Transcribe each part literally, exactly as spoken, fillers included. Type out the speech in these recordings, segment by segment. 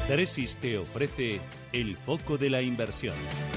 Tresis te ofrece el foco de la inversión.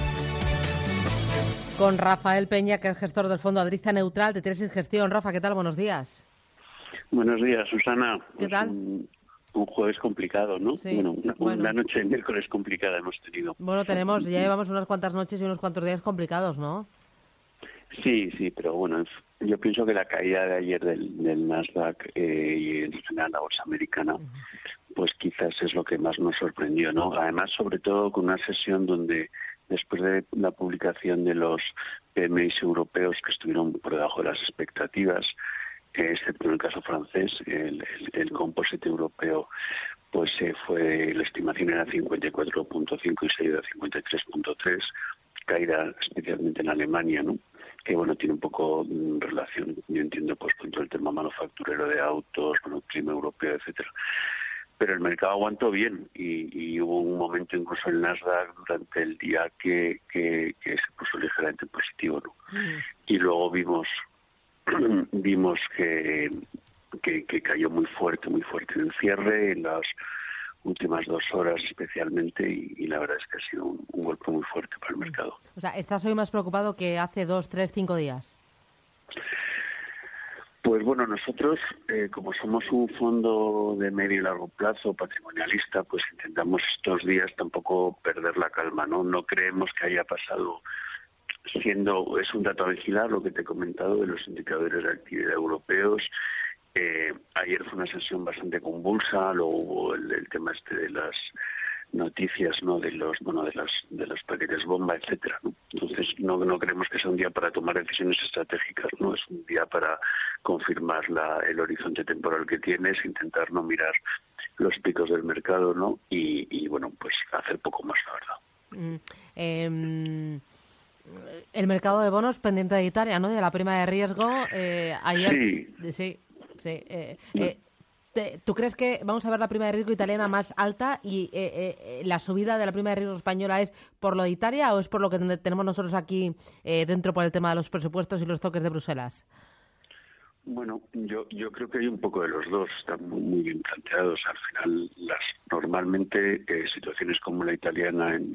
Con Rafael Peña, que es gestor del fondo Adriza Neutral de Tresis Gestión. Rafa, ¿qué tal? Buenos días. Buenos días, Susana. ¿Qué pues tal? Un, un jueves complicado, ¿no? Sí, Bueno, una, bueno. una noche de miércoles complicada hemos tenido. Bueno, tenemos, ya llevamos unas cuantas noches y unos cuantos días complicados, ¿no? Sí, sí, pero bueno, yo pienso que la caída de ayer del, del Nasdaq eh, y en general la bolsa americana, pues quizás es lo que más nos sorprendió, ¿no? Además, sobre todo con una sesión donde después de la publicación de los P M Is europeos que estuvieron por debajo de las expectativas, eh, excepto en el caso francés, el, el, el composite europeo, pues eh, fue, la estimación era cincuenta y cuatro punto cinco y se ha ido a cincuenta y tres punto tres, caída especialmente en Alemania, ¿no? Que bueno, tiene un poco mm, relación, yo entiendo, pues con todo el tema manufacturero de autos, con el clima europeo, etcétera. Pero el mercado aguantó bien y, y hubo un momento incluso en Nasdaq durante el día que, que, que se puso ligeramente positivo, ¿no? Mm. Y luego vimos vimos que, que que cayó muy fuerte, muy fuerte en el cierre, en las últimas dos horas especialmente, y, y la verdad es que ha sido un, un golpe muy fuerte para el mercado. O sea, ¿estás hoy más preocupado que hace dos, tres, cinco días? Pues bueno, nosotros, eh, como somos un fondo de medio y largo plazo, patrimonialista, pues intentamos estos días tampoco perder la calma, ¿no? No creemos que haya pasado, siendo, es un dato a vigilar, lo que te he comentado de los indicadores de actividad europeos. Eh, ayer fue una sesión bastante convulsa, luego hubo el, el tema este de las noticias, no, de los, bueno, de las de los paquetes bomba, etcétera, ¿no? Entonces no no creemos que sea un día para tomar decisiones estratégicas, no, es un día para confirmar la, el horizonte temporal que tienes, intentar no mirar los picos del mercado, ¿no? Y, y bueno, pues hacer poco más, la verdad. Mm, eh... El mercado de bonos pendiente de Italia, ¿no? De la prima de riesgo. Eh, ayer, sí. Sí, sí. Eh, eh, te, ¿Tú crees que vamos a ver la prima de riesgo italiana más alta y eh, eh, la subida de la prima de riesgo española es por lo de Italia o es por lo que tenemos nosotros aquí eh, dentro por el tema de los presupuestos y los toques de Bruselas? Bueno, yo yo creo que hay un poco de los dos, están muy, muy bien planteados. Al final, las normalmente eh, situaciones como la italiana en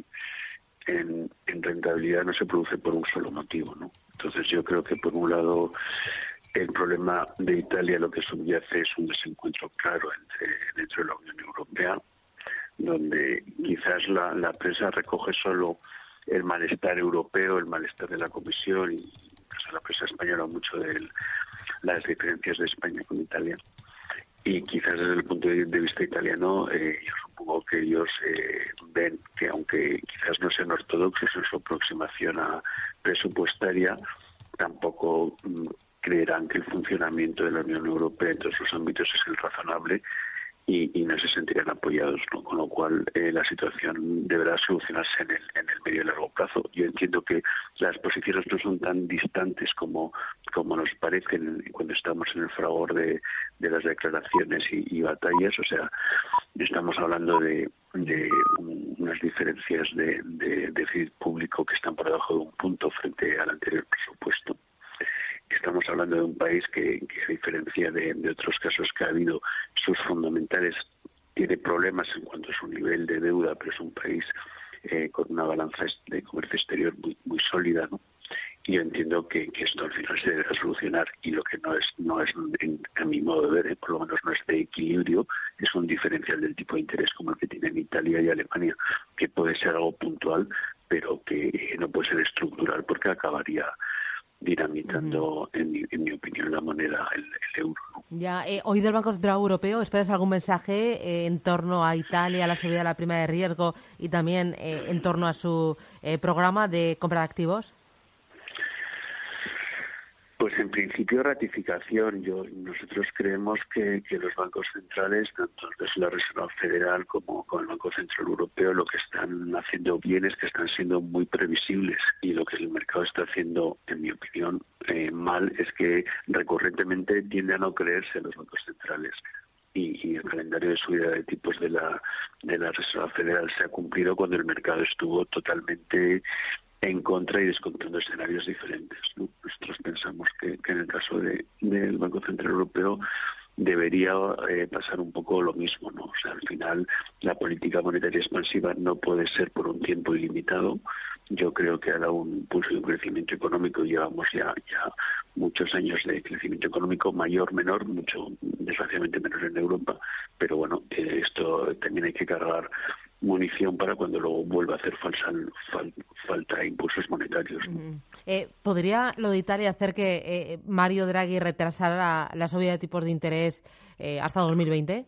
En, en rentabilidad no se produce por un solo motivo, ¿no? Entonces yo creo que por un lado el problema de Italia lo que subyace es un desencuentro claro entre dentro de la Unión Europea, donde quizás la, la prensa recoge solo el malestar europeo, el malestar de la Comisión, y incluso la prensa española mucho de el, las diferencias de España con Italia. Y quizás desde el punto de vista italiano, eh, yo supongo que ellos eh, ven que aunque quizás no sean ortodoxos en su aproximación a presupuestaria, tampoco mm, creerán que el funcionamiento de la Unión Europea en todos sus ámbitos es el razonable y, y no se sentirán apoyados, ¿no? Con lo cual eh, la situación deberá solucionarse en el, en el medio y largo plazo. Yo entiendo que las posiciones no son tan distantes como, como nos parecen cuando estamos en el fragor de, de las declaraciones y, y batallas. O sea, estamos hablando de, de unas diferencias de, de déficit público que están por debajo de un punto frente al anterior presupuesto. Estamos hablando de un país que, que a diferencia de, de otros casos que ha habido, sus fundamentales tiene problemas en cuanto a su nivel de deuda, pero es un país eh, con una balanza de comercio exterior muy, muy sólida, ¿no? Y yo entiendo que, que esto al final se debe solucionar, y lo que no es, no es en, a mi modo de ver, eh, por lo menos no es de equilibrio, es un diferencial del tipo de interés como el que tienen Italia y Alemania, que puede ser algo puntual, pero que eh, no puede ser estructural porque acabaría dinamitando, uh-huh. en, mi, en mi opinión, la moneda, el, el euro, ¿no? Ya, eh, hoy del Banco Central Europeo, ¿esperas algún mensaje eh, en torno a Italia, a la subida de la prima de riesgo y también eh, en torno a su eh, programa de compra de activos? Pues en principio ratificación. Yo nosotros creemos que, que los bancos centrales, tanto desde la Reserva Federal como con el Banco Central Europeo, lo que están haciendo bien es que están siendo muy previsibles, y lo que el mercado está haciendo, en mi opinión, eh, mal, es que recurrentemente tiende a no creerse los bancos centrales. Y, y el calendario de subida de tipos de la de la Reserva Federal se ha cumplido cuando el mercado estuvo totalmente en contra y descontando escenarios diferentes, ¿no? Nosotros pensamos que, que en el caso de, del Banco Central Europeo debería eh, pasar un poco lo mismo, ¿no? O sea, al final la política monetaria expansiva no puede ser por un tiempo ilimitado. Yo creo que ha dado un impulso y un crecimiento económico. Llevamos ya ya muchos años de crecimiento económico, mayor, menor, mucho, desgraciadamente menor en Europa, pero bueno, eh, esto también hay que cargar munición para cuando luego vuelva a hacer falsa, fal, falta impulsos monetarios, ¿no? Mm. Eh, ¿Podría lo de Italia hacer que eh, Mario Draghi retrasara la, la subida de tipos de interés eh, hasta dos mil veinte?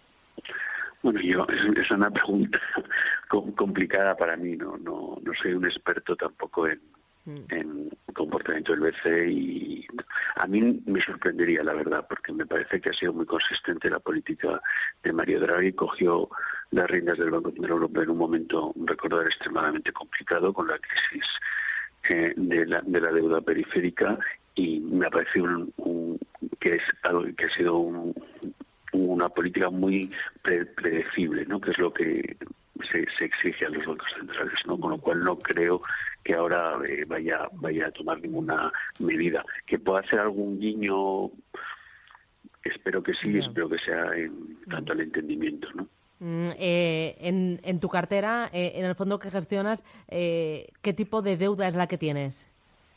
Bueno, yo es, es una pregunta complicada para mí, no no no soy un experto tampoco en, mm. en comportamiento del B C E y a mí me sorprendería, la verdad, porque me parece que ha sido muy consistente la política de Mario Draghi. Cogió las riendas del Banco Central Europeo en un momento, recordar, extremadamente complicado con la crisis eh, de, la, de la deuda periférica, y me ha parecido un, un, que es algo que ha sido un, una política muy pre predecible, ¿no? Que es lo que se, se exige a los bancos centrales, ¿no? Con lo cual no creo que ahora eh, vaya vaya a tomar ninguna medida. Que pueda hacer algún guiño, espero que sí, yeah. espero que sea en tanto al entendimiento, ¿no? Mm, eh, en, en tu cartera, eh, en el fondo que gestionas, eh, ¿qué tipo de deuda es la que tienes?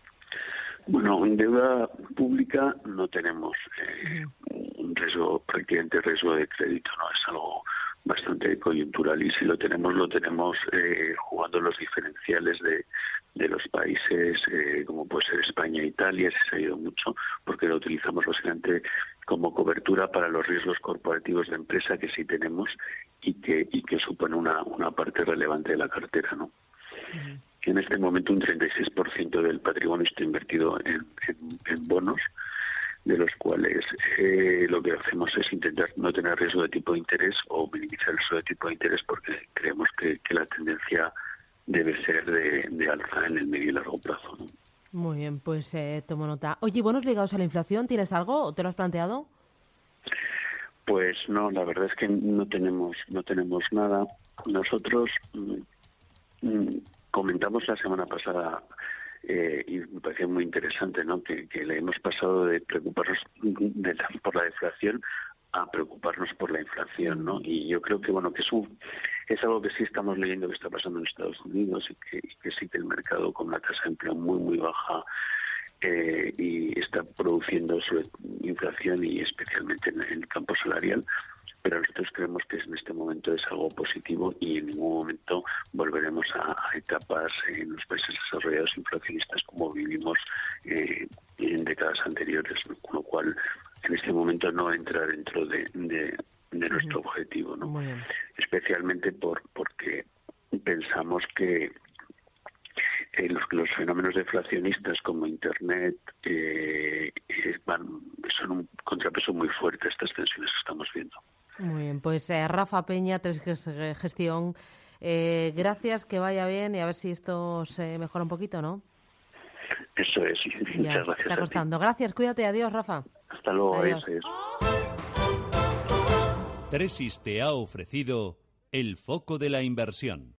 Bueno, en deuda pública no tenemos eh, un riesgo, prácticamente riesgo de crédito, ¿no? Es algo bastante coyuntural, y si lo tenemos, lo tenemos eh, jugando los diferenciales de, de los países, eh, como puede ser España e Italia, se ha ido mucho, porque lo utilizamos básicamente como cobertura para los riesgos corporativos de empresa que sí tenemos y que y que supone una, una parte relevante de la cartera, ¿no? Uh-huh. En este momento un treinta y seis por ciento del patrimonio está invertido en, en, en bonos, de los cuales eh, lo que hacemos es intentar no tener riesgo de tipo de interés o minimizar el riesgo de tipo de interés, porque creemos que, que la tendencia debe ser de, de alza en el medio y largo plazo, ¿no? Muy bien, pues eh, tomo nota. Oye, ¿bonos ligados a la inflación? ¿Tienes algo o te lo has planteado? Pues no, la verdad es que no tenemos no tenemos nada. Nosotros mm, mm, comentamos la semana pasada eh, y me pareció muy interesante, ¿no? Que, que le hemos pasado de preocuparnos de la, por la deflación a preocuparnos por la inflación, ¿no? Y yo creo que bueno que es un, es algo que sí estamos leyendo que está pasando en Estados Unidos, y que, y que sí que el mercado, con una tasa de empleo muy muy baja, eh, y está produciendo sobre inflación, y especialmente en, en el campo salarial. Pero nosotros creemos que en este momento es algo positivo, y en ningún momento volveremos a, a etapas en los países desarrollados inflacionistas como vivimos eh, en décadas anteriores, ¿no? Con lo cual en este momento no entra dentro de, de, de nuestro objetivo, ¿no? Especialmente por porque pensamos que eh, los, los fenómenos deflacionistas como Internet eh, van, son un contrapeso muy fuerte a estas tensiones que estamos viendo. Muy bien, pues eh, Rafa Peña, Tres Gestión, eh, gracias, que vaya bien, y a ver si esto se mejora un poquito, ¿no? Eso es, sí. Muchas ya, gracias. Está costando. Gracias, cuídate, adiós, Rafa. Hasta luego, adiós. Eso es. Tresis te ha ofrecido el foco de la inversión.